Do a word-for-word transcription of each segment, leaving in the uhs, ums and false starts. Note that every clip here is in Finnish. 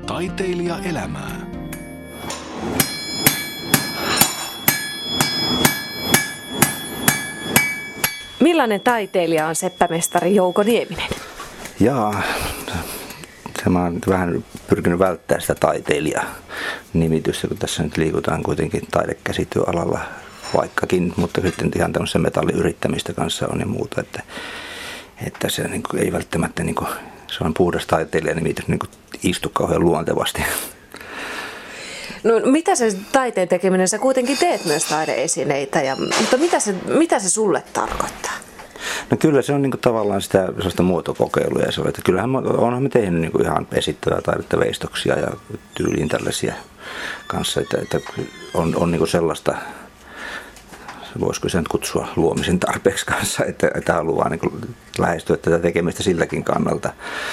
Taiteilija elämää. Millainen taiteilija on seppämestari Jouko Nieminen? Jaa, mä oon vähän pyrkinyt välttämään sitä taiteilija-nimitystä, kun tässä nyt liikutaan kuitenkin taidekäsityöalalla vaikkakin, mutta sitten ihan tämmöisen metalliyrittämistä kanssa on ja muuta, että, että se niin kuin, ei välttämättä, niin kuin, se on puhdas taiteilija-nimitys, niin kuin, istu kauhean luontevasti. No mitä se taiteen tekeminen, sä kuitenkin teet myös taideesineitä, ja, mutta mitä se, mitä se sulle tarkoittaa? No kyllä se on niin kuin tavallaan sitä sellaista muotokokeilua ja se on, että kyllähän mä, onhan me tehnyt niin kuin ihan esittävää taidetta, veistoksia ja tyyliin tällaisia kanssa, että, että on, on niin kuin sellaista, voisiko sen kutsua luomisen tarpeeksi kanssa, että, että haluaa niin kuin lähestyä tätä tekemistä siltäkin kannalta,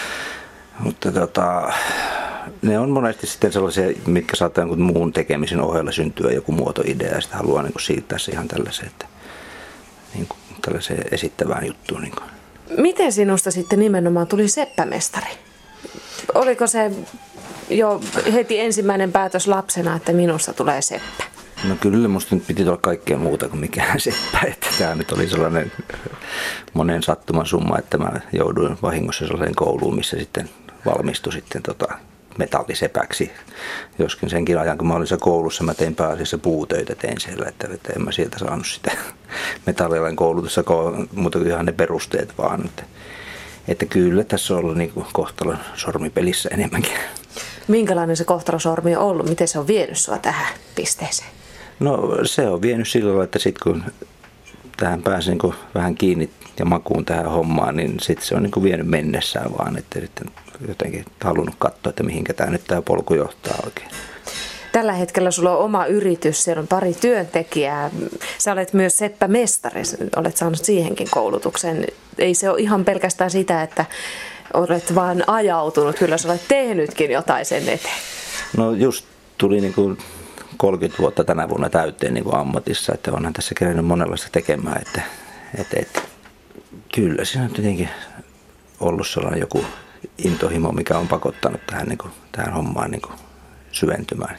mutta tota, ne on monesti sitten sellaisia, mitkä saattaa jonkun muun tekemisen ohella syntyä joku muotoidea ja sitä haluaa niin kuin siirtää se ihan tällaiseen, että, niin kuin tällaiseen esittävään juttuun. Niin kuin. Miten sinusta sitten nimenomaan tuli seppämestari? Oliko se jo heti ensimmäinen päätös lapsena, että minusta tulee seppä? No kyllä, musta nyt piti olla kaikkea muuta kuin mikään seppä, että tämä nyt oli sellainen monen sattuman summa, että mä jouduin vahingossa sellaiseen kouluun, missä sitten valmistui sitten tota metallisepäksi. Joskin senkin ajan, kun mä olin koulussa, mä tein pääasiassa puutöitä, tein siellä, että, että en mä sieltä saanut sitä metallialan koulutussa, mutta ihan ne perusteet vaan. Että, että kyllä tässä on ollut niin kuin kohtalon sormipelissä enemmänkin. Minkälainen se kohtalosormi on ollut? Miten se on vienyt sua tähän pisteeseen? No se on vienyt sillä tavalla, että sitten kun tähän pääsin niin vähän kiinni ja makuun tähän hommaan, niin sitten se on niin kuin vienyt mennessään vaan, että sitten jotenkin halunnut katsoa, että mihinkä tämä nyt tämä polku johtaa oikein. Tällä hetkellä sulla on oma yritys, siellä on pari työntekijää. Sä olet myös seppämestari, olet saanut siihenkin koulutuksen. Ei se ole ihan pelkästään sitä, että olet vaan ajautunut, kyllä sä olet tehnytkin jotain sen eteen. No just tuli niin kuin kolmekymmentä vuotta tänä vuonna täyteen niin kuin ammatissa, että onhan tässä kerennyt monenlaista tekemään, että, että, että kyllä siinä on tietenkin ollut sellainen joku intohimo, mikä on pakottanut tähän, niin kuin, tähän hommaan niin kuin syventymään.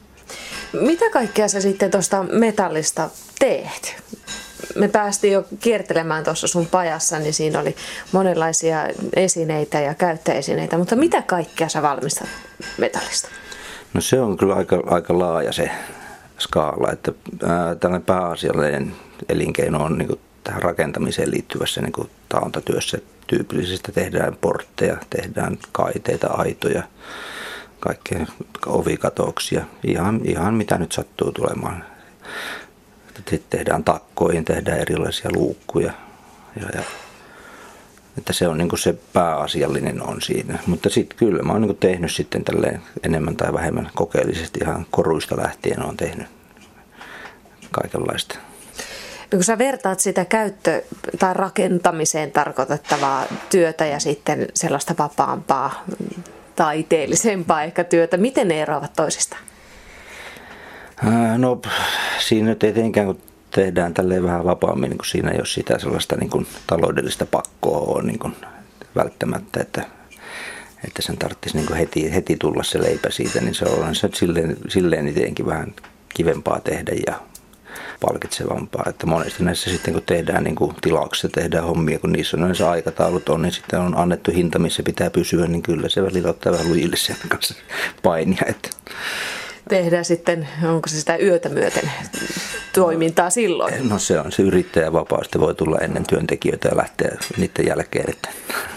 Mitä kaikkea sä sitten tuosta metallista teet? Me päästiin jo kiertelemään tuossa sun pajassa, niin siinä oli monenlaisia esineitä ja käyttöesineitä, mutta mitä kaikkea sä valmistat metallista? No se on kyllä aika, aika laaja se skaala, että ää, tällainen pääasiallinen elinkeino on niin kuin tähän rakentamiseen liittyvässä niin kuin taontatyössä. Tyypillisesti tehdään portteja, tehdään kaiteita, aitoja, kaikkea ovikatoksia, ihan, ihan mitä nyt sattuu tulemaan. Sitten tehdään takkoihin, tehdään erilaisia luukkuja. Ja, ja, että se on niin kuin se pääasiallinen on siinä. Mutta sitten kyllä mä oon niin kuin tehnyt sitten tälleen enemmän tai vähemmän kokeellisesti ihan koruista lähtien olen tehnyt kaikenlaista. No kun sä vertaat sitä käyttö- tai rakentamiseen tarkoitettavaa työtä ja sitten sellaista vapaampaa, taiteellisempaa ehkä työtä, miten ne eroavat toisistaan? No siinä nyt etenkään kun tehdään tälleen vähän vapaammin, niin kuin siinä ei ole sitä sellaista niin kuin taloudellista pakkoa ole niin kuin välttämättä, että, että sen tarvitsisi niin kuin heti, heti tulla se leipä siitä, niin se on se silleen, silleen itsekin vähän kivempaa tehdä ja palkitsevampaa, että monesti näissä sitten kun tehdään niin kuin tilauksissa, tehdään hommia, kun niissä on näissä aikataulut on, niin sitten on annettu hinta, missä pitää pysyä, niin kyllä se välillä ottaa vähän lujille sen kanssa painia. Että. Tehdään sitten, onko se sitä yötä myöten toimintaa silloin? No se on se yrittäjän vapaus, että voi tulla ennen työntekijöitä ja lähteä niiden jälkeen. Että.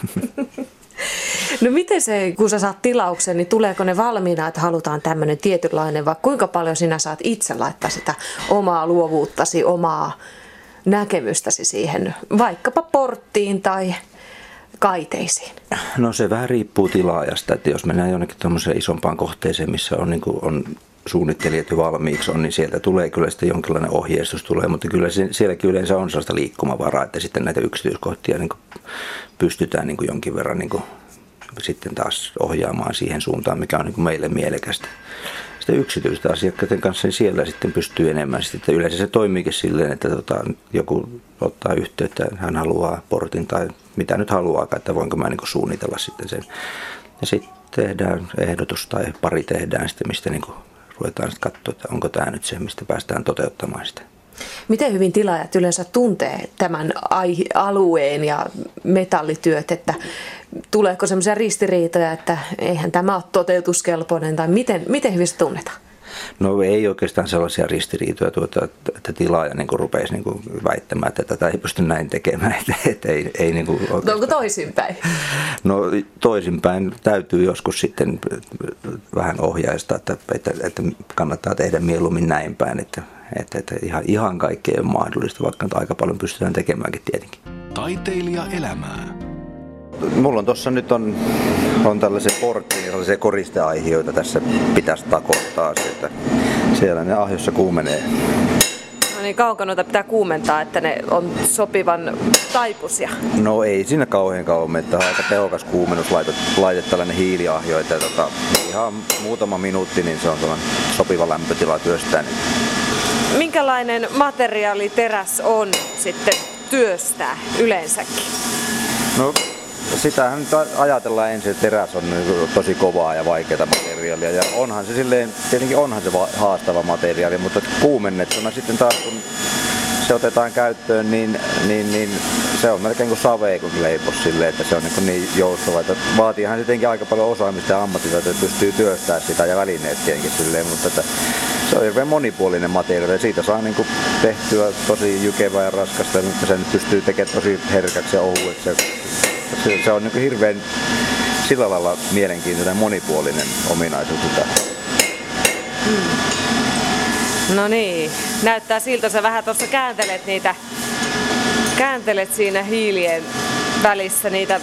No miten se, kun sä saat tilauksen, niin tuleeko ne valmiina, että halutaan tämmöinen tietynlainen, vai kuinka paljon sinä saat itse laittaa sitä omaa luovuuttasi, omaa näkemystäsi siihen, vaikkapa porttiin tai kaiteisiin? No se vähän riippuu tilaajasta, että jos mennään jonnekin tuommoiseen isompaan kohteeseen, missä on, niin kuin on suunnittelijat jo valmiiksi on, niin sieltä tulee kyllä sitten jonkinlainen ohjeistus tulee, mutta kyllä se, sielläkin yleensä on sellaista liikkumavaraa, että sitten näitä yksityiskohtia niin kuin pystytään niin kuin jonkin verran niin kuin sitten taas ohjaamaan siihen suuntaan, mikä on niin kuin meille mielekästä. Sitten yksityisten asiakkaiden kanssa niin siellä sitten pystyy enemmän. Sitten yleensä se toimiikin silleen, että tota, joku ottaa yhteyttä, hän haluaa portin tai mitä nyt haluaakaan, että voinko mä niin kuin suunnitella sitten sen. Ja sitten tehdään ehdotus tai pari tehdään sitten, mistä niin kuin ruvetaan sitten katsoa, että onko tämä nyt se, mistä päästään toteuttamaan sitä. Miten hyvin tilaajat yleensä tuntee tämän alueen ja metallityöt, että tuleeko semmoisia ristiriitoja, että eihän tämä ole toteutuskelpoinen, tai miten, miten hyvin se tunnetaan? No ei oikeastaan sellaisia ristiriitoja, tuota, että tilaaja niin kuin rupeisi niin kuin väittämään, että tätä ei pysty näin tekemään. Että, että ei, ei niin kuin oikeastaan. Onko toisinpäin? No toisinpäin täytyy joskus sitten vähän ohjaista, että, että, että kannattaa tehdä mieluummin näin päin, että, että, että ihan, ihan kaikki ei ole mahdollista, vaikka aika paljon pystytään tekemäänkin tietenkin. Taiteilija elämää. Mulla on tuossa nyt on, on tällaisia porkkia, tällaisia koristeaihioita tässä pitäisi takottaa, että siellä ne ahjossa kuumenee. No niin, kaukanoita pitää kuumentaa, että ne on sopivan taipuisia. No ei siinä kauhean kauan, että on aika tehokas kuumennus laitet, laitet tällainen hiiliahjo, että tota, ihan muutama minuutti, niin se on sopiva lämpötila työstään. Minkälainen materiaali teräs on sitten työstää yleensäkin? No sitähän nyt ajatellaan ensin, että teräs on tosi kovaa ja vaikeaa materiaalia ja onhan se silleen, tietenkin onhan se haastava materiaali, mutta kuumennettuna sitten taas kun se otetaan käyttöön, niin, niin, niin se on melkein kuin savea kuin leipos silleen, että se on niin, niin joustava. Että vaatiihan se tietenkin aika paljon osaamista ja ammattitaitoa, että pystyy työstämään sitä ja välineet tietenkin silleen, mutta että se on hirveän monipuolinen materiaali ja siitä saa niin kuin tehtyä tosi jykevää ja raskasta, mutta sen pystyy tekemään tosi herkäksi ja ohueksi. Se, se on niin kuin hirveän sillä lailla mielenkiintoinen ja monipuolinen ominaisuus sitä. Hmm. No niin, näyttää siltä, sä vähän tuossa kääntelet niitä, kääntelet siinä hiilien välissä niitä.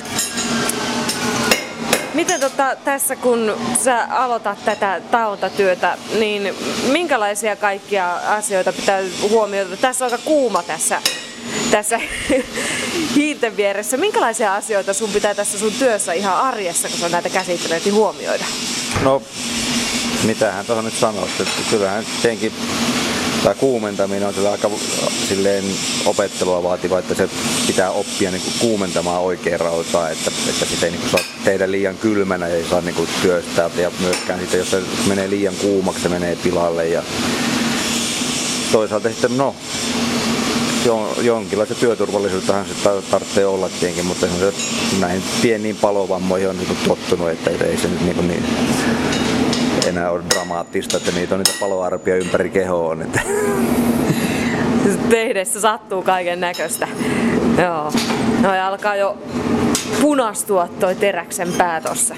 Miten tota, tässä kun sä aloitat tätä taontatyötä, niin minkälaisia kaikkia asioita pitää huomioida? Tässä on aika kuuma tässä, tässä hiilten vieressä. Minkälaisia asioita sun pitää tässä sun työssä ihan arjessa, kun sä näitä käsittelet, niin huomioida? No, mitähän tuohon nyt sanoisi, että kyllähän tietenkin tämä kuumentaminen on aika silleen opettelua vaativa, että se pitää oppia niin kuin kuumentamaan oikein rautaa, että, että sitä ei niin kuin saa tehdä liian kylmänä ja ei saa niin kuin työstää ja myöskään sitten, jos se menee liian kuumaksi, se menee pilalle ja toisaalta sitten no jonkinlaista työturvallisuuttahan se tarvitsee olla tietenkin, mutta näihin pieniin palovammoihin on niin tottunut, että ei se nyt niin, niin enää ole dramaattista, että niitä on niitä paloarpia ympäri kehoa. Että. Tehdessä sattuu kaiken näköistä. Joo. No ja alkaa jo punastua toi teräksen pää tossa.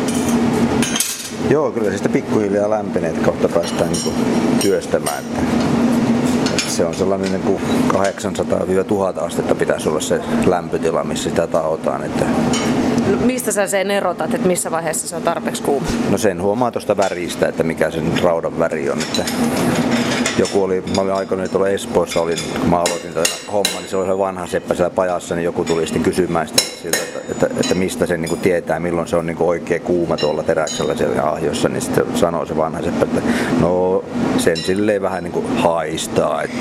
Joo, kyllä se sitten pikkuhiljaa lämpenee, että kohta päästään niin kuin työstämään. Että, että se on sellainen niin kuin kahdeksansataa tuhat astetta pitäisi olla se lämpötila, missä sitä taotaan. Että no, mistä sä sen erotat, että missä vaiheessa se on tarpeeksi kuuma? No sen huomaa tuosta väristä, että mikä sen raudan väri on. Että joku oli, mä olin aikoinaan tuolla Espoossa, olin, kun mä aloitin tätä hommaa, niin se oli vanha seppä siellä pajassa, niin joku tuli sitten kysymään sitä, siltä, että, että, että mistä sen niin kuin tietää, milloin se on niin kuin oikein kuuma tuolla teräksellä siellä ahjossa, niin sitten sanoo se vanha seppä, että no sen silleen vähän niin kuin haistaa. Että.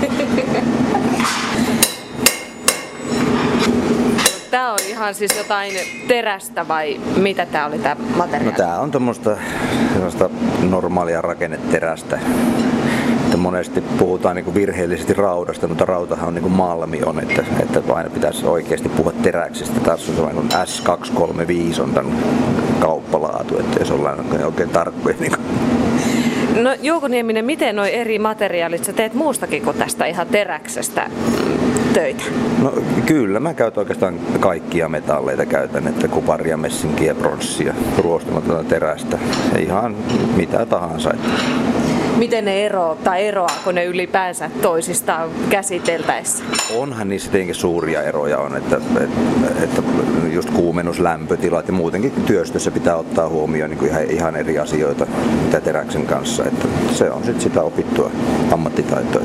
Tää on ihan siis jotain terästä vai mitä tää oli tää materiaali? No tää on tommoista normaalia rakenneterästä. Että monesti puhutaan niin kuin virheellisesti raudasta, mutta rautahan on niin kuin malmi on, että, että aina pitäisi oikeasti puhua teräksestä. Taas on sellainen S kaksisataakolmekymmentäviisi on tämän kauppalaatu, että jos ollaan oikein tarkkoja. Niin no Jouko Nieminen, miten nuo eri materiaalit sä teet muustakin kuin tästä ihan teräksestä töitä? No kyllä, mä käytän oikeastaan kaikkia metalleita käytän, että kuparia, messinkiä, pronssia, ruostumatonta terästä, ihan mitä tahansa. Miten ne eroaa, tai eroaako ne ylipäänsä toisistaan käsiteltäessä? Onhan niissä tietenkin suuria eroja on, että, että, että just kuumennus, lämpötilat ja muutenkin työstössä pitää ottaa huomioon niin kuin ihan, ihan eri asioita mitä teräksen kanssa, että se on sitten sitä opittua ammattitaitoa.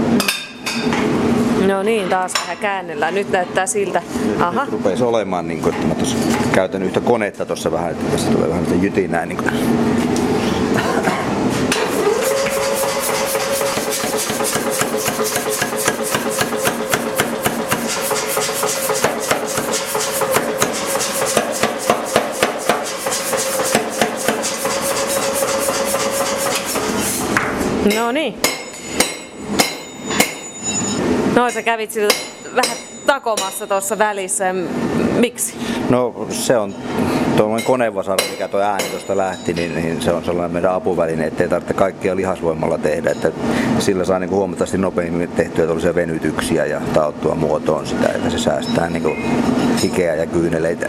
No niin, taas vähän käännellään. Nyt näyttää siltä. Aha. Nyt rupeisi olemaan, niin kuin, että mä tuossa käytän yhtä konetta tuossa vähän, että tässä tulee vähän sitä jytinää. Niin kuin. No niin. No sä kävit sillä vähän takomassa tuossa välissä. Miksi? No se on tuollainen konevasara, mikä tuo ääni tuosta lähti, niin, niin se on sellainen meidän apuväline, ettei tarvitse kaikkia lihasvoimalla tehdä. Että sillä saa niin kuin huomattavasti nopeammin tehtyä tuollaisia venytyksiä ja taottua muotoon sitä, että se säästää niin kuin hikeä ja kyyneleitä.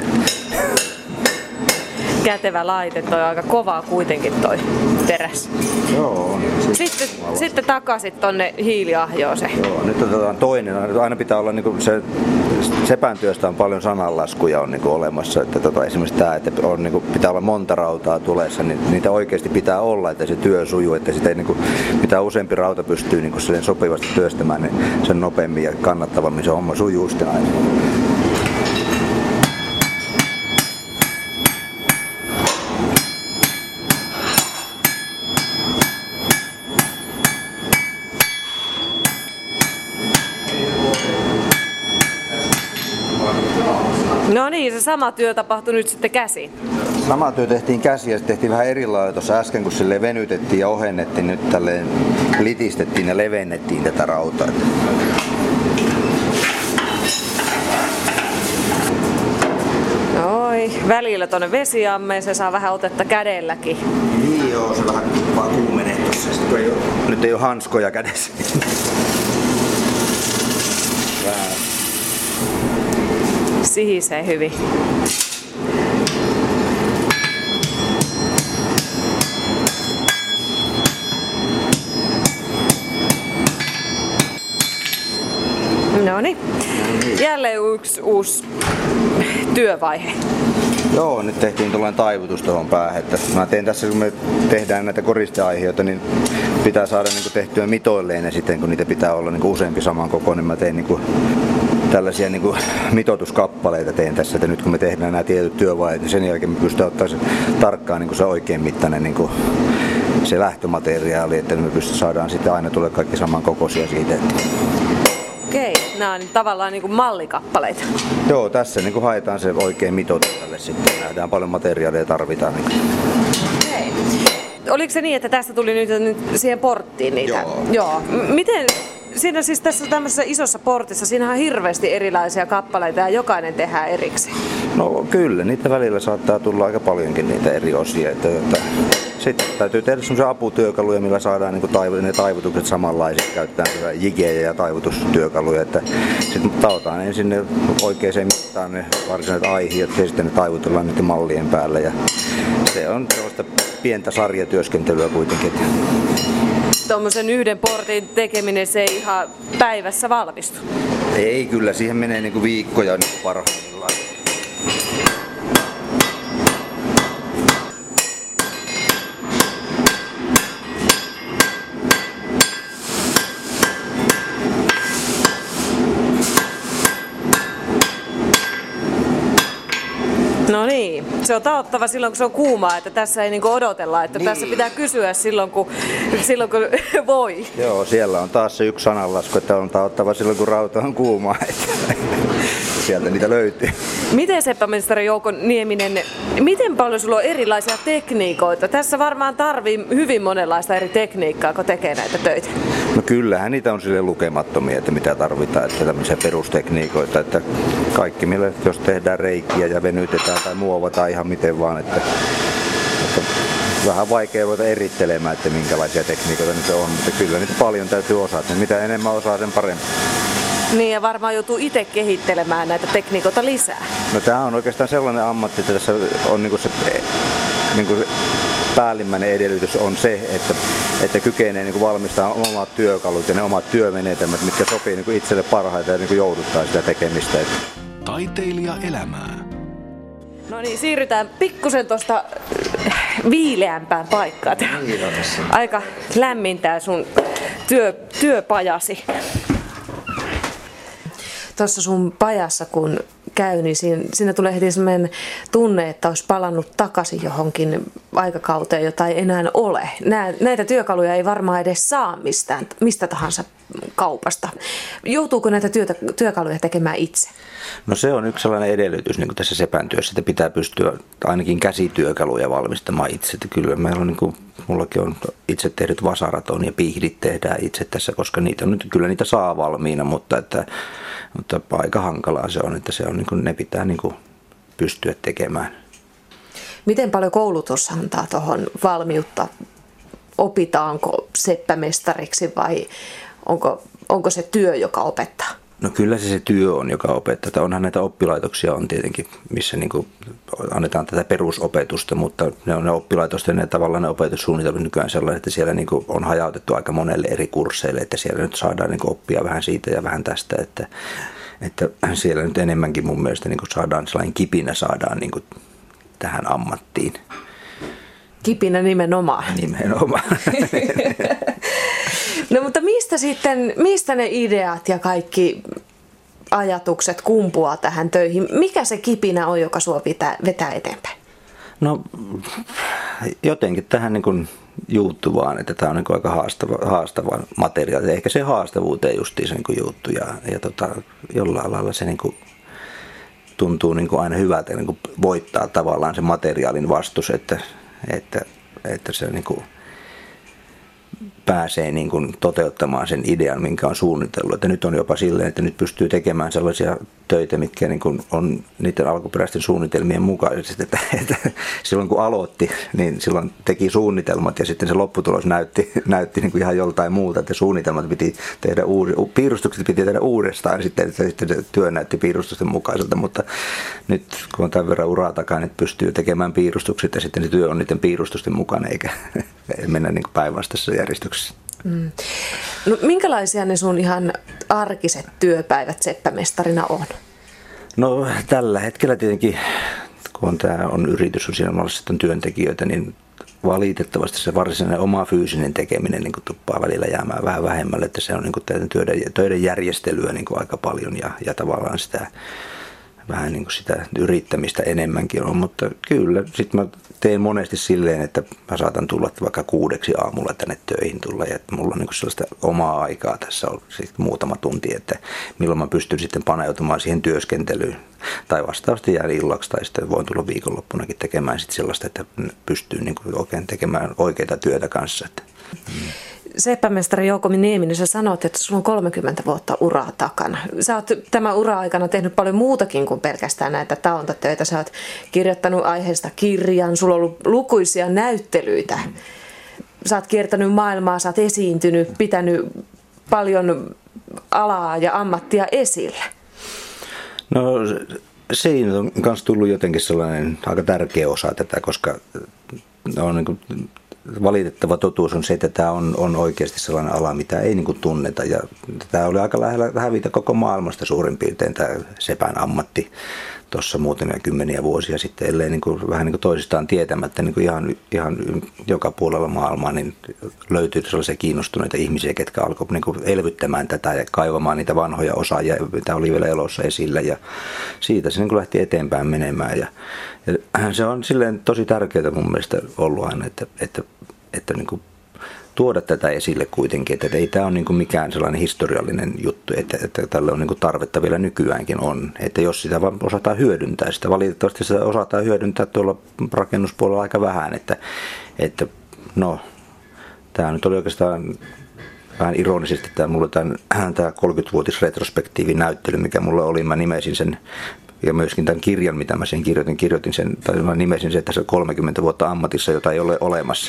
Kätevä laite, toi on aika kovaa kuitenkin toi teräs. Joo. Sitten, sitten takaisin tonne hiiliahjoon se. Joo, nyt otetaan toinen. Aina pitää olla niinku se sepän työstä on paljon sananlaskuja on niinku olemassa, että tota, esimerkiksi tämä, että on niinku, pitää olla monta rautaa tulessa, niin niitä oikeasti pitää olla, että se työ sujuu, että sitä ei niinku, mitä useampi rauta pystyy niinku sopivasti työstämään, niin sen nopeammin ja kannattavammin se homma sujuu sitten aina. No niin, se sama työ tapahtui nyt sitten käsiin. Sama työ tehtiin käsiin ja tehtiin vähän eri lailla tuossa äsken, kun sille venytettiin ja ohennettiin, nyt tälleen litistettiin ja levennettiin tätä rautaa. Oi, välillä tuonne vesiammeen, se saa vähän otetta kädelläkin. Niin joo, se vähän vaan kuumenee tossa. Ei ole, nyt ei ole hanskoja kädessä. Vähän. Sihisee hyvin. No niin. Jälleen yksi uusi työvaihe. Joo, nyt tehtiin tuollainen taivutus tuohon päähän. Että mä teen tässä, kun me tehdään näitä koristeaiheita, niin pitää saada niin kuin tehtyä mitoilleen ja sitten kun niitä pitää olla niin kuin useampi saman kokoinen, niin mä teen niin kuin tällaisia niin kuin mitoituskappaleita teen tässä, että nyt kun me tehdään nämä tietyt työvaiheet, niin sen jälkeen me pystytään ottaa se tarkkaan niin kuin se oikein mittainen niin kuin se lähtömateriaali, että me pystytään saadaan sitten aina tulee kaikki saman kokoisia siitä. Että Okei, nämä on tavallaan niin kuin mallikappaleita. Joo, tässä niin kuin haetaan se oikein mitoitus tälle sitten. Nähdään paljon materiaalia tarvitaan. Niin Okei. Oliko se niin, että tästä tuli nyt, nyt siihen porttiin niitä? Joo. Joo. M- Miten? Siinä siis tässä tämmöisessä isossa portissa, siinä on hirveästi erilaisia kappaleita ja jokainen tehdään erikseen. No kyllä, niitä välillä saattaa tulla aika paljonkin niitä eri osia. Että, että, sitten täytyy tehdä semmoisia aputyökaluja, millä saadaan niin taivu, ne taivutukset samanlaiset. Käytetään jigejä ja taivutustyökaluja. Että sitten taotaan ensin ne oikeaan mittaan ne varsinaiset aihiot ja sitten ne taivutellaan niiden mallien päälle. Ja se on sellaista pientä sarjatyöskentelyä kuitenkin. Tuommoisen yhden portin tekeminen, se ei ihan päivässä valmistu. Ei, kyllä siihen menee niinku viikkoja niinku parhaimmillaan. No niin, se on taottava silloin kun se on kuumaa, että tässä ei niinku odotella, että niin. Tässä pitää kysyä silloin kun, silloin kun voi. Joo, siellä on taas se yksi sananlasku, että on taottava silloin kun rauta on kuumaa. Sieltä niitä löytyy. Miten seppämestari Jouko Nieminen, miten paljon sulla on erilaisia tekniikoita? Tässä varmaan tarvii hyvin monenlaista eri tekniikkaa, kun tekee näitä töitä. No kyllähän niitä on sille lukemattomia, että mitä tarvitaan, että tämmöisiä perustekniikoita, että kaikki millä, jos tehdään reikiä ja venytetään tai muovataan ihan miten vaan, että, että vähän vaikea voida erittelemään, että minkälaisia tekniikoita niitä on, mutta kyllä niitä paljon täytyy osata, mitä enemmän osaa sen paremmin. Niin ja varmaan joutuu itse kehittelemään näitä tekniikoita lisää. No tämä on oikeastaan sellainen ammatti, että tässä on niinku se niinku päällimmäinen edellytys on se, että, että kykenee niinku valmistamaan omat työkalut ja ne omat työmenetelmät, mitkä sopii niinku itselle parhaiten ja niinku jouduttaa sitä tekemistä. Taiteilija elämää. No niin, siirrytään pikkusen tuosta viileämpään paikkaan. Aika lämmintää sun työ, työpajasi. Tuossa sun pajassa kun käy, niin siinä, siinä tulee heti sellainen tunne, että olisi palannut takaisin johonkin aikakauteen, jota ei enää ole. Nää, näitä työkaluja ei varmaan edes saa mistään, mistä tahansa kaupasta. Joutuuko näitä työtä, työkaluja tekemään itse? No se on yksi sellainen edellytys niin kuin tässä sepän työssä, että pitää pystyä ainakin käsityökaluja valmistamaan itse. Että kyllä meillä on, niin kuin, mullakin on itse tehdyt vasarat on ja pihdit tehdään itse tässä, koska niitä on nyt, kyllä niitä saa valmiina, mutta, että, mutta aika hankalaa se on, että se on, niin kuin, ne pitää niin kuin pystyä tekemään. Miten paljon koulutus antaa tuohon valmiutta? Opitaanko seppämestariksi vai onko, onko se työ, joka opettaa? No kyllä se se työ on, joka opettaa. Onhan näitä oppilaitoksia on tietenkin, missä niin kuin annetaan tätä perusopetusta, mutta ne on ne oppilaitosten ja tavallaan ne opetussuunnitelmat nykyään sellainen, että siellä niin kuin on hajautettu aika monelle eri kursseille, että siellä nyt saadaan niin kuin oppia vähän siitä ja vähän tästä, että, että siellä nyt enemmänkin mun mielestä niin kuin saadaan sellainen kipinä saadaan niin kuin tähän ammattiin. Kipinä nimenomaan. Nimenomaan. No mutta mistä sitten, mistä ne ideat ja kaikki ajatukset kumpuaa tähän töihin? Mikä se kipinä on, joka sua vetää, vetää eteenpäin? No jotenkin tähän niin kuin juuttu vaan, että tämä on niin kuin aika haastava, haastava materiaali. Ehkä se haastavuuteen justiin se niin kuin juuttu ja, ja tota, jollain lailla se niin kuin tuntuu niin kuin aina hyvältä niin kuin voittaa tavallaan se materiaalin vastus, että, että, että se niin kuin pääsee niin kuin toteuttamaan sen idean, minkä on suunnitellut. Että nyt on jopa silleen, että nyt pystyy tekemään sellaisia töitä, mitkä niin kuin on niiden alkuperäisten suunnitelmien mukaisesti. Että, että silloin kun aloitti, niin silloin teki suunnitelmat ja sitten se lopputulos näytti, näytti niin kuin ihan joltain muulta. Että suunnitelmat piti tehdä uusi, piirustukset piti tehdä uudestaan, sitten, että sitten se työ näytti piirustusten mukaiselta. Mutta nyt kun on tämän verran uraa takaa, niin pystyy tekemään piirustukset ja sitten se työ on niiden piirustusten mukana, eikä mennä niin kuin päinvastaisessa järjestyksessä. Mm. No, minkälaisia ne sun ihan arkiset työpäivät seppämestarina on? No tällä hetkellä tietenkin, kun tämä on yritys, on siinä on työntekijöitä, niin valitettavasti se varsinainen oma fyysinen tekeminen niin kuin tuppaa välillä jäämään vähän vähemmälle, että se on niin kuin töiden, töiden järjestelyä niin kuin aika paljon ja, ja tavallaan sitä vähän niin kuin sitä yrittämistä enemmänkin on, mutta kyllä, sitten mä teen monesti silleen, että mä saatan tulla vaikka kuudeksi aamulla tänne töihin tulla ja mulla on niin kuin sellaista omaa aikaa tässä on sitten muutama tunti, että milloin mä pystyn sitten paneutumaan siihen työskentelyyn tai vastaavasti jään illaksi tai sitten voin tulla viikonloppunakin tekemään sitten sellaista, että pystyy niin kuin oikein tekemään oikeita työtä kanssa. Että. Mm. Seppämestari Jouko Nieminen, sä sanot, että sulla on kolmekymmentä vuotta uraa takana. Sä oot tämän ura-aikana tehnyt paljon muutakin kuin pelkästään näitä taontatöitä. Sä oot kirjoittanut aiheesta kirjan, sulla on ollut lukuisia näyttelyitä. Sä oot kiertänyt maailmaa, sä oot esiintynyt, pitänyt paljon alaa ja ammattia esillä. No siinä on myös tullut jotenkin sellainen aika tärkeä osa tätä, koska on niin kuin valitettava totuus on se, että tämä on, on oikeasti sellainen ala, mitä ei niin kuin tunneta. Ja tämä oli aika lähellä hävitä koko maailmasta suurin piirtein tämä sepän ammatti tuossa muutamia kymmeniä vuosia sitten, ellei niin kuin, vähän niin kuin toisistaan tietämättä niin kuin ihan, ihan joka puolella maailmaa niin löytyy sellaisia kiinnostuneita ihmisiä, ketkä alkoivat niin kuin elvyttämään tätä ja kaivamaan niitä vanhoja osaajia, mitä oli vielä elossa esillä ja siitä se niin kuin lähti eteenpäin menemään ja, ja se on silleen tosi tärkeää mun mielestä ollut aina, että, että, että niin kuin tuoda tätä esille kuitenkin, että ei tämä ole niin kuin mikään sellainen historiallinen juttu, että, että tälle on niin kuin tarvetta vielä nykyäänkin on, että jos sitä vaan osataan hyödyntää, sitä valitettavasti sitä osataan hyödyntää tuolla rakennuspuolella aika vähän, että, että no, tämä nyt oli oikeastaan vähän ironisesti, että mulla tämä, tämä kolmekymmenvuotis retrospektiivin näyttely, mikä mulla oli, mä nimesin sen ja myöskin tämän kirjan, mitä mä sen kirjoitin, kirjoitin sen, tai mä nimesin sen, että se on kolmekymmentä vuotta ammatissa, jota ei ole olemassa.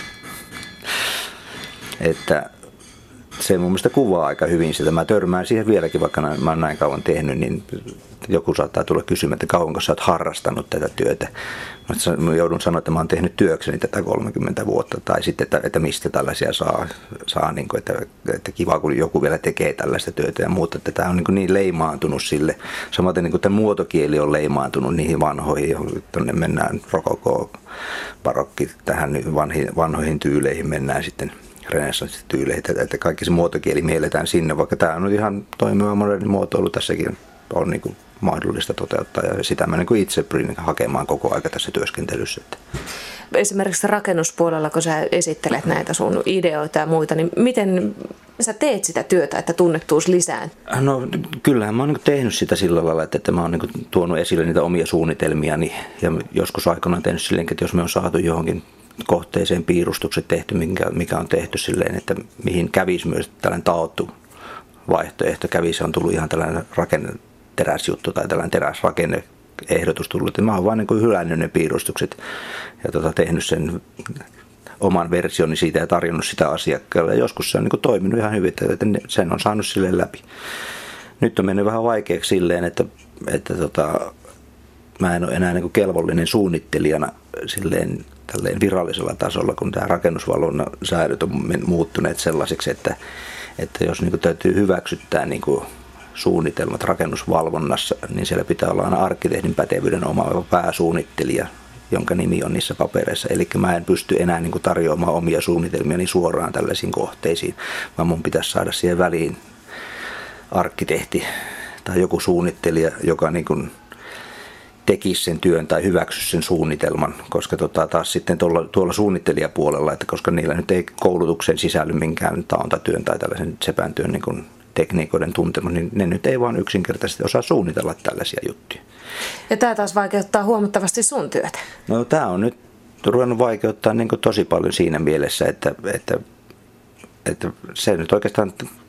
Että se mun mielestä kuvaa aika hyvin sitä. Mä törmään siihen vieläkin, vaikka mä oon näin kauan tehnyt, niin joku saattaa tulla kysymään, että kauanko sä oot harrastanut tätä työtä. Mä joudun sanoa, että mä oon tehnyt työkseni tätä kolmekymmentä vuotta, tai sitten, että, että mistä tällaisia saa, saa niin kuin, että, että kiva, kun joku vielä tekee tällaista työtä ja muuta, että tämä on niin, niin leimaantunut sille. Samaten niin kuin tämä muotokieli on leimaantunut niihin vanhoihin, tuonne mennään rokoko, barokki, tähän vanhoihin, vanhoihin tyyleihin mennään sitten renessanssityyleihin, että kaikki se muotokieli mielletään sinne, vaikka tämä on ihan toimiva moderni muotoilu tässäkin on niin kuin mahdollista toteuttaa ja sitä mä niin kuin itse pyrin hakemaan koko aika tässä työskentelyssä. Esimerkiksi rakennuspuolella, kun sä esittelet näitä sun ideoita ja muita, niin miten Sä teet sitä työtä, että tunnettuus lisää? No kyllähän mä oon niin tehnyt sitä sillä lailla, että, että mä oon niin tuonut esille niitä omia suunnitelmiani ja joskus aikanaan tehnyt silleen, että jos me on saatu johonkin kohteeseen piirustukset tehty, mikä, mikä on tehty silleen, että mihin kävisi myös tällainen taottu vaihtoehto kävisi, on tullut ihan tällainen rakenneteräsjuttu tai tällainen teräsrakenneehdotus tullut, että mä oon vaan niin hylännyt ne piirustukset ja tota, tehnyt sen oman versioni siitä ja tarjonnut sitä asiakkaalle. Ja joskus se on niin toiminut ihan hyvin, että sen on saanut silleen läpi. Nyt on mennyt vähän vaikeaksi silleen, että, että tota, mä en ole enää niin kelvollinen suunnittelijana silleen tälleen virallisella tasolla, kun tämä rakennusvalvonnan säädöt on muuttuneet sellaisiksi, että, että jos niin täytyy hyväksyttää niin suunnitelmat rakennusvalvonnassa, niin siellä pitää olla aina arkkitehdin pätevyyden omaava pääsuunnittelija, jonka nimi on niissä papereissa. Eli mä en pysty enää niin kuin tarjoamaan omia suunnitelmiani suoraan tällaisiin kohteisiin, vaan mun pitäisi saada siihen väliin arkkitehti tai joku suunnittelija, joka niin kuin tekisi sen työn tai hyväksyisi sen suunnitelman, koska tota, taas sitten tuolla, tuolla suunnittelijapuolella, että koska niillä nyt ei koulutukseen sisälly minkään taontatyön tai tällaisen sepän työn niin kuin tekniikoiden tuntemus, niin ne nyt ei vaan yksinkertaisesti osaa suunnitella tällaisia juttuja. Ja tämä taas vaikeuttaa huomattavasti sun työtä. No tämä on nyt ruvennut vaikeuttaa niin kuin tosi paljon siinä mielessä, että, että, että se nyt oikeastaan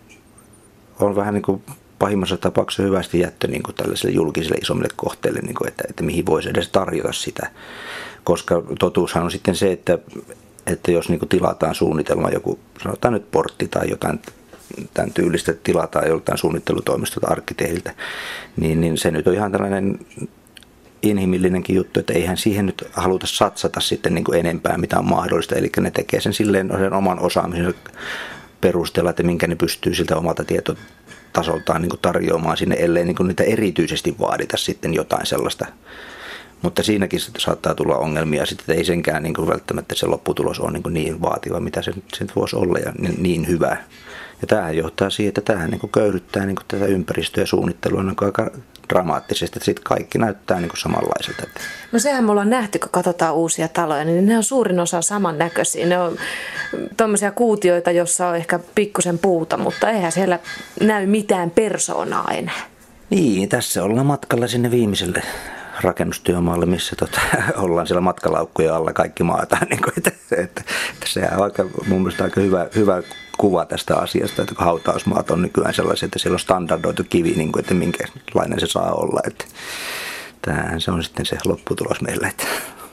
on vähän niin kuin pahimmassa tapauksessa hyvästi jättö niin kuin tällaiselle julkiselle isommille kohteille, niin kuin, että, että mihin voisi edes tarjota sitä. Koska totuushan on sitten se, että, että jos niin kuin tilataan suunnitelma, joku sanotaan nyt portti tai jotain tämän tyylistä tilataan joltain suunnittelutoimistolta arkkitehdiltä, niin, niin se nyt on ihan tällainen inhimillinenkin juttu, että eihän siihen nyt haluta satsata sitten niin kuin enempää, mitä on mahdollista. Eli ne tekee sen silleen sen oman osaamisen perusteella, että minkä ne pystyy siltä omalta tietotasoltaan niin kuin tarjoamaan sinne, ellei niin kuin niitä erityisesti vaadita sitten jotain sellaista. Mutta siinäkin saattaa tulla ongelmia, sitten, että ei senkään niin kuin välttämättä se lopputulos on niin, kuin niin vaativa, mitä se, se voisi olla ja niin, niin hyvä. Ja tämähän johtaa siihen, että tämähän niin kuin köyhdyttää niin kuin tätä ympäristöä ja suunnittelua niin kuin aika dramaattisesti, että sitten kaikki näyttää niin kuin samanlaiselta. No sehän me ollaan nähty, kun katsotaan uusia taloja, niin ne on suurin osa samannäköisiä. Ne on tuommoisia kuutioita, jossa on ehkä pikkusen puuta, mutta eihän siellä näy mitään persoonaa enää. Niin, tässä ollaan matkalla sinne viimeiselle rakennustyömaalle, missä tota, ollaan siellä matkalaukkujen alla kaikki maataan. Niin kuin, että, että, että sehän on aika, mun mielestä aika hyvä, hyvä kuva tästä asiasta, että kun hautausmaat on nykyään sellaisia, että siellä on standardoitu kivi, niin kuin, että minkälainen se saa olla. Että, tämähän se on sitten se lopputulos meille. Että.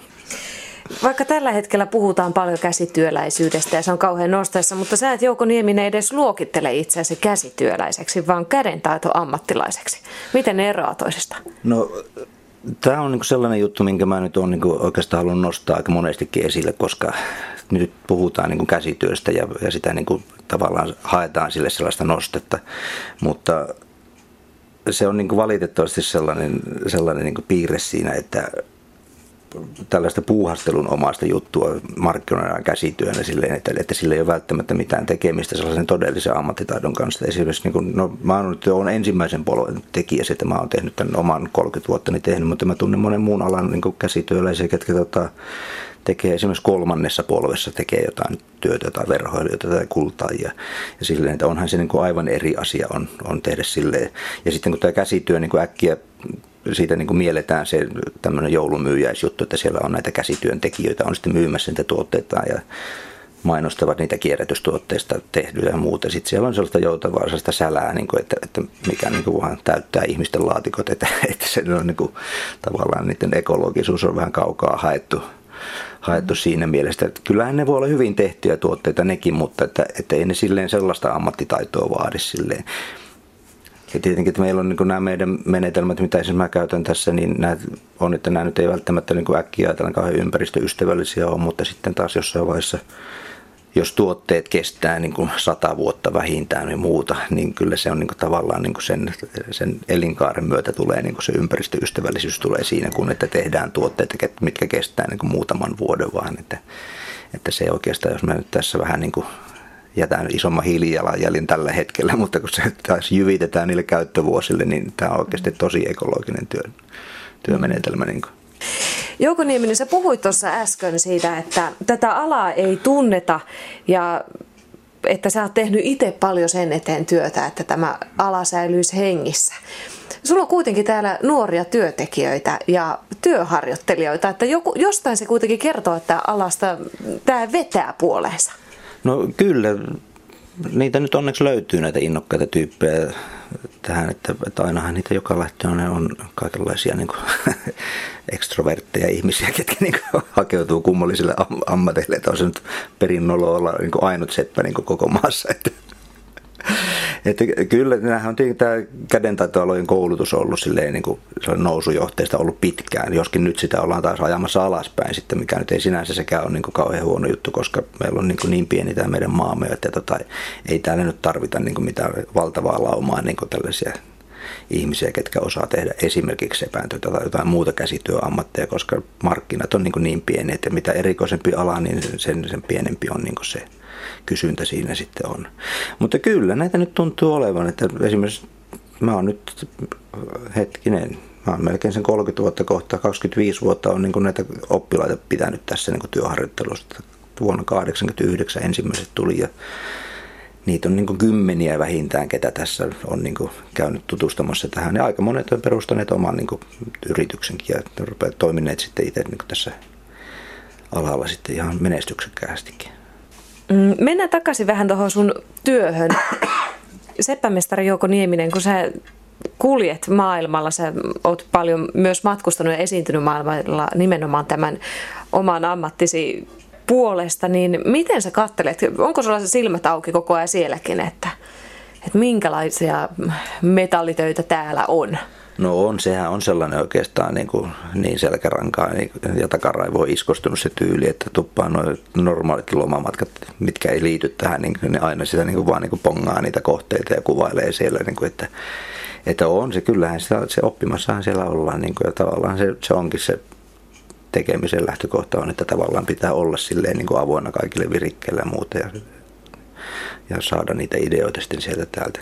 Vaikka tällä hetkellä puhutaan paljon käsityöläisyydestä ja se on kauhean nostaessa, mutta sä et Jouko Nieminen edes luokittele itseäsi käsityöläiseksi, vaan kädentaitoammattilaiseksi. Miten ne eroaa toisesta? No, tämä on niinku sellainen juttu, minkä mä nyt olen niinku oikeastaan halunnut nostaa aika monestikin esille, koska nyt puhutaan niinku käsityöstä ja, ja sitä niinku tavallaan haetaan sille sellaista nostetta, mutta se on niinku valitettavasti sellainen, sellainen niinku piirre siinä, että tällaista puuhastelun omaista juttua markkinoidaan käsityönä silleen, että, että sillä ei ole välttämättä mitään tekemistä sellaisen todellisen ammattitaidon kanssa. Esimerkiksi niin kuin, no, mä oon nyt olen ensimmäisen polven tekijä, että mä oon tehnyt tämän oman kolmekymmentä vuottani tehnyt, mutta mä tunnen monen muun alan niin kuin käsityöläisiä, ketkä tota, tekee esimerkiksi kolmannessa polvessa tekee jotain työtä, jotain verhoilijoita tai kultaajia. Ja silleen, että onhan se niin kuin aivan eri asia on, on tehdä silleen. Ja sitten kun tämä käsityö niin kuin äkkiä siitä niin kuin mielletään se tämmöinen joulumyyjäisjuttu, että siellä on näitä käsityöntekijöitä, on sitten myymässä niitä tuotteita ja mainostavat niitä kierrätystuotteista tehdyä ja muuta. Sitten siellä on sellaista joutavaa, sellaista sälää, niin kuin, että, että mikä niin kuin vaan täyttää ihmisten laatikot, että, että se on niin kuin, tavallaan niiden ekologisuus on vähän kaukaa haettu, haettu siinä mielessä. Että kyllähän ne voi olla hyvin tehtyjä tuotteita nekin, mutta että, että ei ne silleen sellaista ammattitaitoa vaadi silleen. Ja tietenkin, että meillä on niin kuin nämä meidän menetelmät, mitä esimerkiksi mä käytän tässä, niin nämä on, että nämä nyt ei välttämättä niin kuin äkkiä ajatellen kauhean ympäristöystävällisiä ole, mutta sitten taas jossain vaiheessa, jos tuotteet kestää niin kuin sata vuotta vähintään ja muuta, niin kyllä se on niin kuin tavallaan niin kuin sen, sen elinkaaren myötä tulee niin kuin se ympäristöystävällisyys tulee siinä, kun että tehdään tuotteita, mitkä kestää niin kuin muutaman vuoden vaan, että, että se oikeastaan, jos mä nyt tässä vähän niin kuin jätän isomman hiilijalanjäljen tällä hetkellä, mutta kun se taas jyvitetään niille käyttövuosille, niin tämä on oikeasti tosi ekologinen työ, työmenetelmä. Niin Jouko Nieminen, sä puhuit tuossa äsken siitä, että tätä alaa ei tunneta ja että sä oot tehnyt itse paljon sen eteen työtä, että tämä ala säilyisi hengissä. Sulla on kuitenkin täällä nuoria työntekijöitä ja työharjoittelijoita, että joku, jostain se kuitenkin kertoo, että alasta tämä vetää puoleensa. No kyllä, niitä nyt onneksi löytyy näitä innokkaita tyyppejä tähän, että, että ainahan niitä joka lähtöön on kaikenlaisia niin kuin, ekstrovertteja ihmisiä, ketkä niin kuin, hakeutuu kummallisille am- ammateille, että on se nyt perinnolo olla niin kuin ainut seppä niin kuin koko maassa. Että, että kyllä, nämähän on tietenkin tämä kädentaitoalojen koulutus ollut silleen, niin kuin nousujohteista ollut pitkään, joskin nyt sitä ollaan taas ajamassa alaspäin sitten, mikä nyt ei sinänsä sekään ole niin kuin kauhean huono juttu, koska meillä on niin, kuin niin pieni tämä meidän maamme, että tota, ei täällä nyt tarvita niin kuin mitään valtavaa laumaa niin kuin tällaisia ihmisiä, ketkä osaa tehdä esimerkiksi sepäntöitä tai jotain muuta käsityöammatteja, koska markkinat on niin, kuin niin pieni, että mitä erikoisempi ala, niin sen, sen pienempi on niin kuin se kysyntä siinä sitten on. Mutta kyllä näitä nyt tuntuu olevan, että esimerkiksi mä oon nyt hetkinen, mä oon melkein sen kolmekymmentä vuotta kohta, kaksikymmentäviisi vuotta on niin kuin näitä oppilaita pitänyt tässä niin kuin työharjoittelusta. Vuonna kahdeksankymmentäyhdeksän ensimmäiset tuli ja niitä on niin kuin kymmeniä vähintään, ketä tässä on niin kuin käynyt tutustumassa tähän. Ja aika monet on perustaneet oman niin kuin yrityksenkin ja rupeat toimineet sitten itse niin kuin tässä alalla sitten ihan menestyksekkäästikin. Mennään takaisin vähän tuohon sun työhön. Seppämestari Jouko Nieminen, kun sä kuljet maailmalla, sä oot paljon myös matkustanut ja esiintynyt maailmalla nimenomaan tämän oman ammattisi puolesta, niin miten sä katselet? Onko sulla se silmät auki koko ajan sielläkin, että, että minkälaisia metallitöitä täällä on? No on, sehän on sellainen oikeastaan niin, kuin, niin selkärankaa niin, ja takaraivoon iskostunut se tyyli, että tuppaa noin normaalitkin lomamatkat, mitkä ei liity tähän, niin ne aina sitä niin kuin, vaan niin kuin pongaa niitä kohteita ja kuvailee siellä, niin kuin, että, että on se, kyllähän sitä, se oppimassahan siellä ollaan niin kuin, ja tavallaan se, se onkin se tekemisen lähtökohta on, että tavallaan pitää olla silleen niin kuin avoinna kaikille virikkeille ja muuta ja, ja saada niitä ideoita sitten sieltä täältä.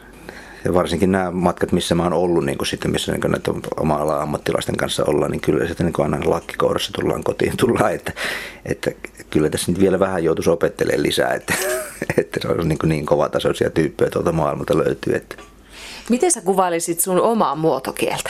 Ja varsinkin nämä matkat, missä mä oon ollut, niin kuin sitten, missä niin näitä oma-alan ammattilaisten kanssa ollaan, niin kyllä sitten niin aina lakkikourassa tullaan kotiin tullaan, että, että kyllä tässä nyt vielä vähän joutuisi opettelemaan lisää, että, että se on niin, niin kovatasoisia tyyppejä tuolta maailmalta löytyy. Että. Miten sä kuvailisit sun omaa muotokieltä?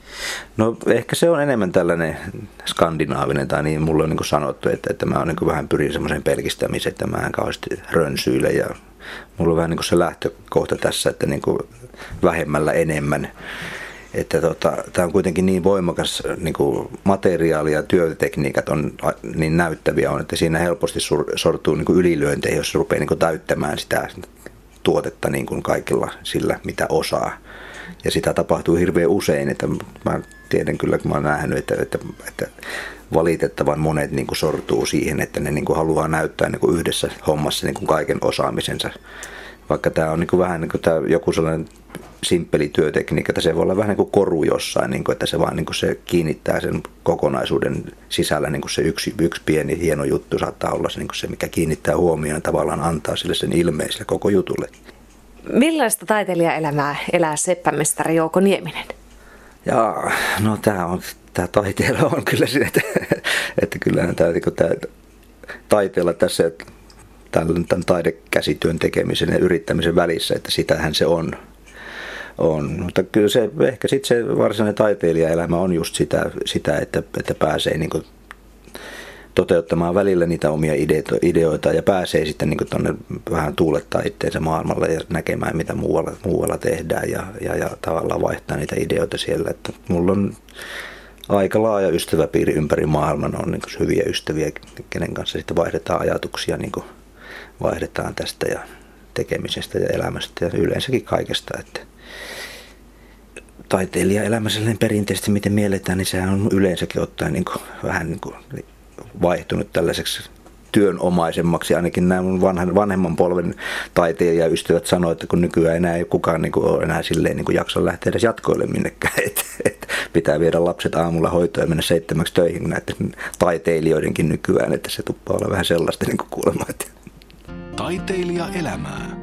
No ehkä se on enemmän tällainen skandinaavinen, tai niin mulle on niin kuin sanottu, että, että mä on niin kuin vähän pyrin semmoiseen pelkistämiseen, että mä en kauheasti rönsyile ja mulla on vähän niin kuin se lähtökohta tässä, että niin kuin vähemmällä enemmän. Että tota, tämä on kuitenkin niin voimakas niin kuin materiaali ja työtekniikat on niin näyttäviä on, että siinä helposti sortuu niin kuin ylilyönteihin, jos rupeaa niin kuin täyttämään sitä tuotetta niin kuin kaikilla sillä, mitä osaa. Ja sitä tapahtuu hirveän usein, että mä tiedän kyllä, kun mä oon nähnyt, että, että, että valitettavan monet niin kuin sortuu siihen, että ne niin kuin haluaa näyttää niin kuin yhdessä hommassa niin kuin kaiken osaamisensa. Vaikka tämä on niin kuin vähän niin kuin tämä joku sellainen simppeli työtekniikka, että se voi olla vähän niin kuin koru jossain, niin kuin, että se vaan niin kuin se kiinnittää sen kokonaisuuden sisällä niin kuin se yksi, yksi pieni hieno juttu saattaa olla se, niin kuin se, mikä kiinnittää huomioon ja tavallaan antaa sille sen ilmeen sille koko jutulle. Millaista taiteilijaelämää elää seppämestari Jouko Nieminen? Jaa, no tämä on, tämä taiteella on kyllä siinä, että, että kyllähän tämä, tämä taiteella tässä tämän, tämän taidekäsityön tekemisen ja yrittämisen välissä, että sitähän se on. on. Mutta kyllä se, ehkä sitten se varsinainen taiteilijaelämä on just sitä, sitä että, että pääsee niin kuin toteuttamaan välillä niitä omia ideoita ja pääsee sitten niin tuonne vähän tuulettaa itteensä maailmalle ja näkemään, mitä muualla, muualla tehdään ja, ja, ja tavallaan vaihtaa niitä ideoita siellä. Että mulla on aika laaja ystäväpiiri ympäri maailman, on niin hyviä ystäviä, kenen kanssa sitten vaihdetaan ajatuksia, niin vaihdetaan tästä ja tekemisestä ja elämästä ja yleensäkin kaikesta. Että taiteilijaelämä sellainen perinteisesti, miten mielletään, niin sehän on yleensäkin ottaen niin vähän niin kuin vaihtunut tällaiseksi työnomaisemmaksi. Ainakin nämä vanhan, vanhemman polven taiteilijaystävät sanoo, että kun nykyään enää ei kukaan niin kuin, ole enää silleen niin kuin jaksa lähteä edes jatkoille minnekään. Että et pitää viedä lapset aamulla hoitoon ja mennä seitsemäksi töihin näiden taiteilijoidenkin nykyään, että se tuppaa olla vähän sellaista niin kuin kuulemma. Taiteilijaelämää.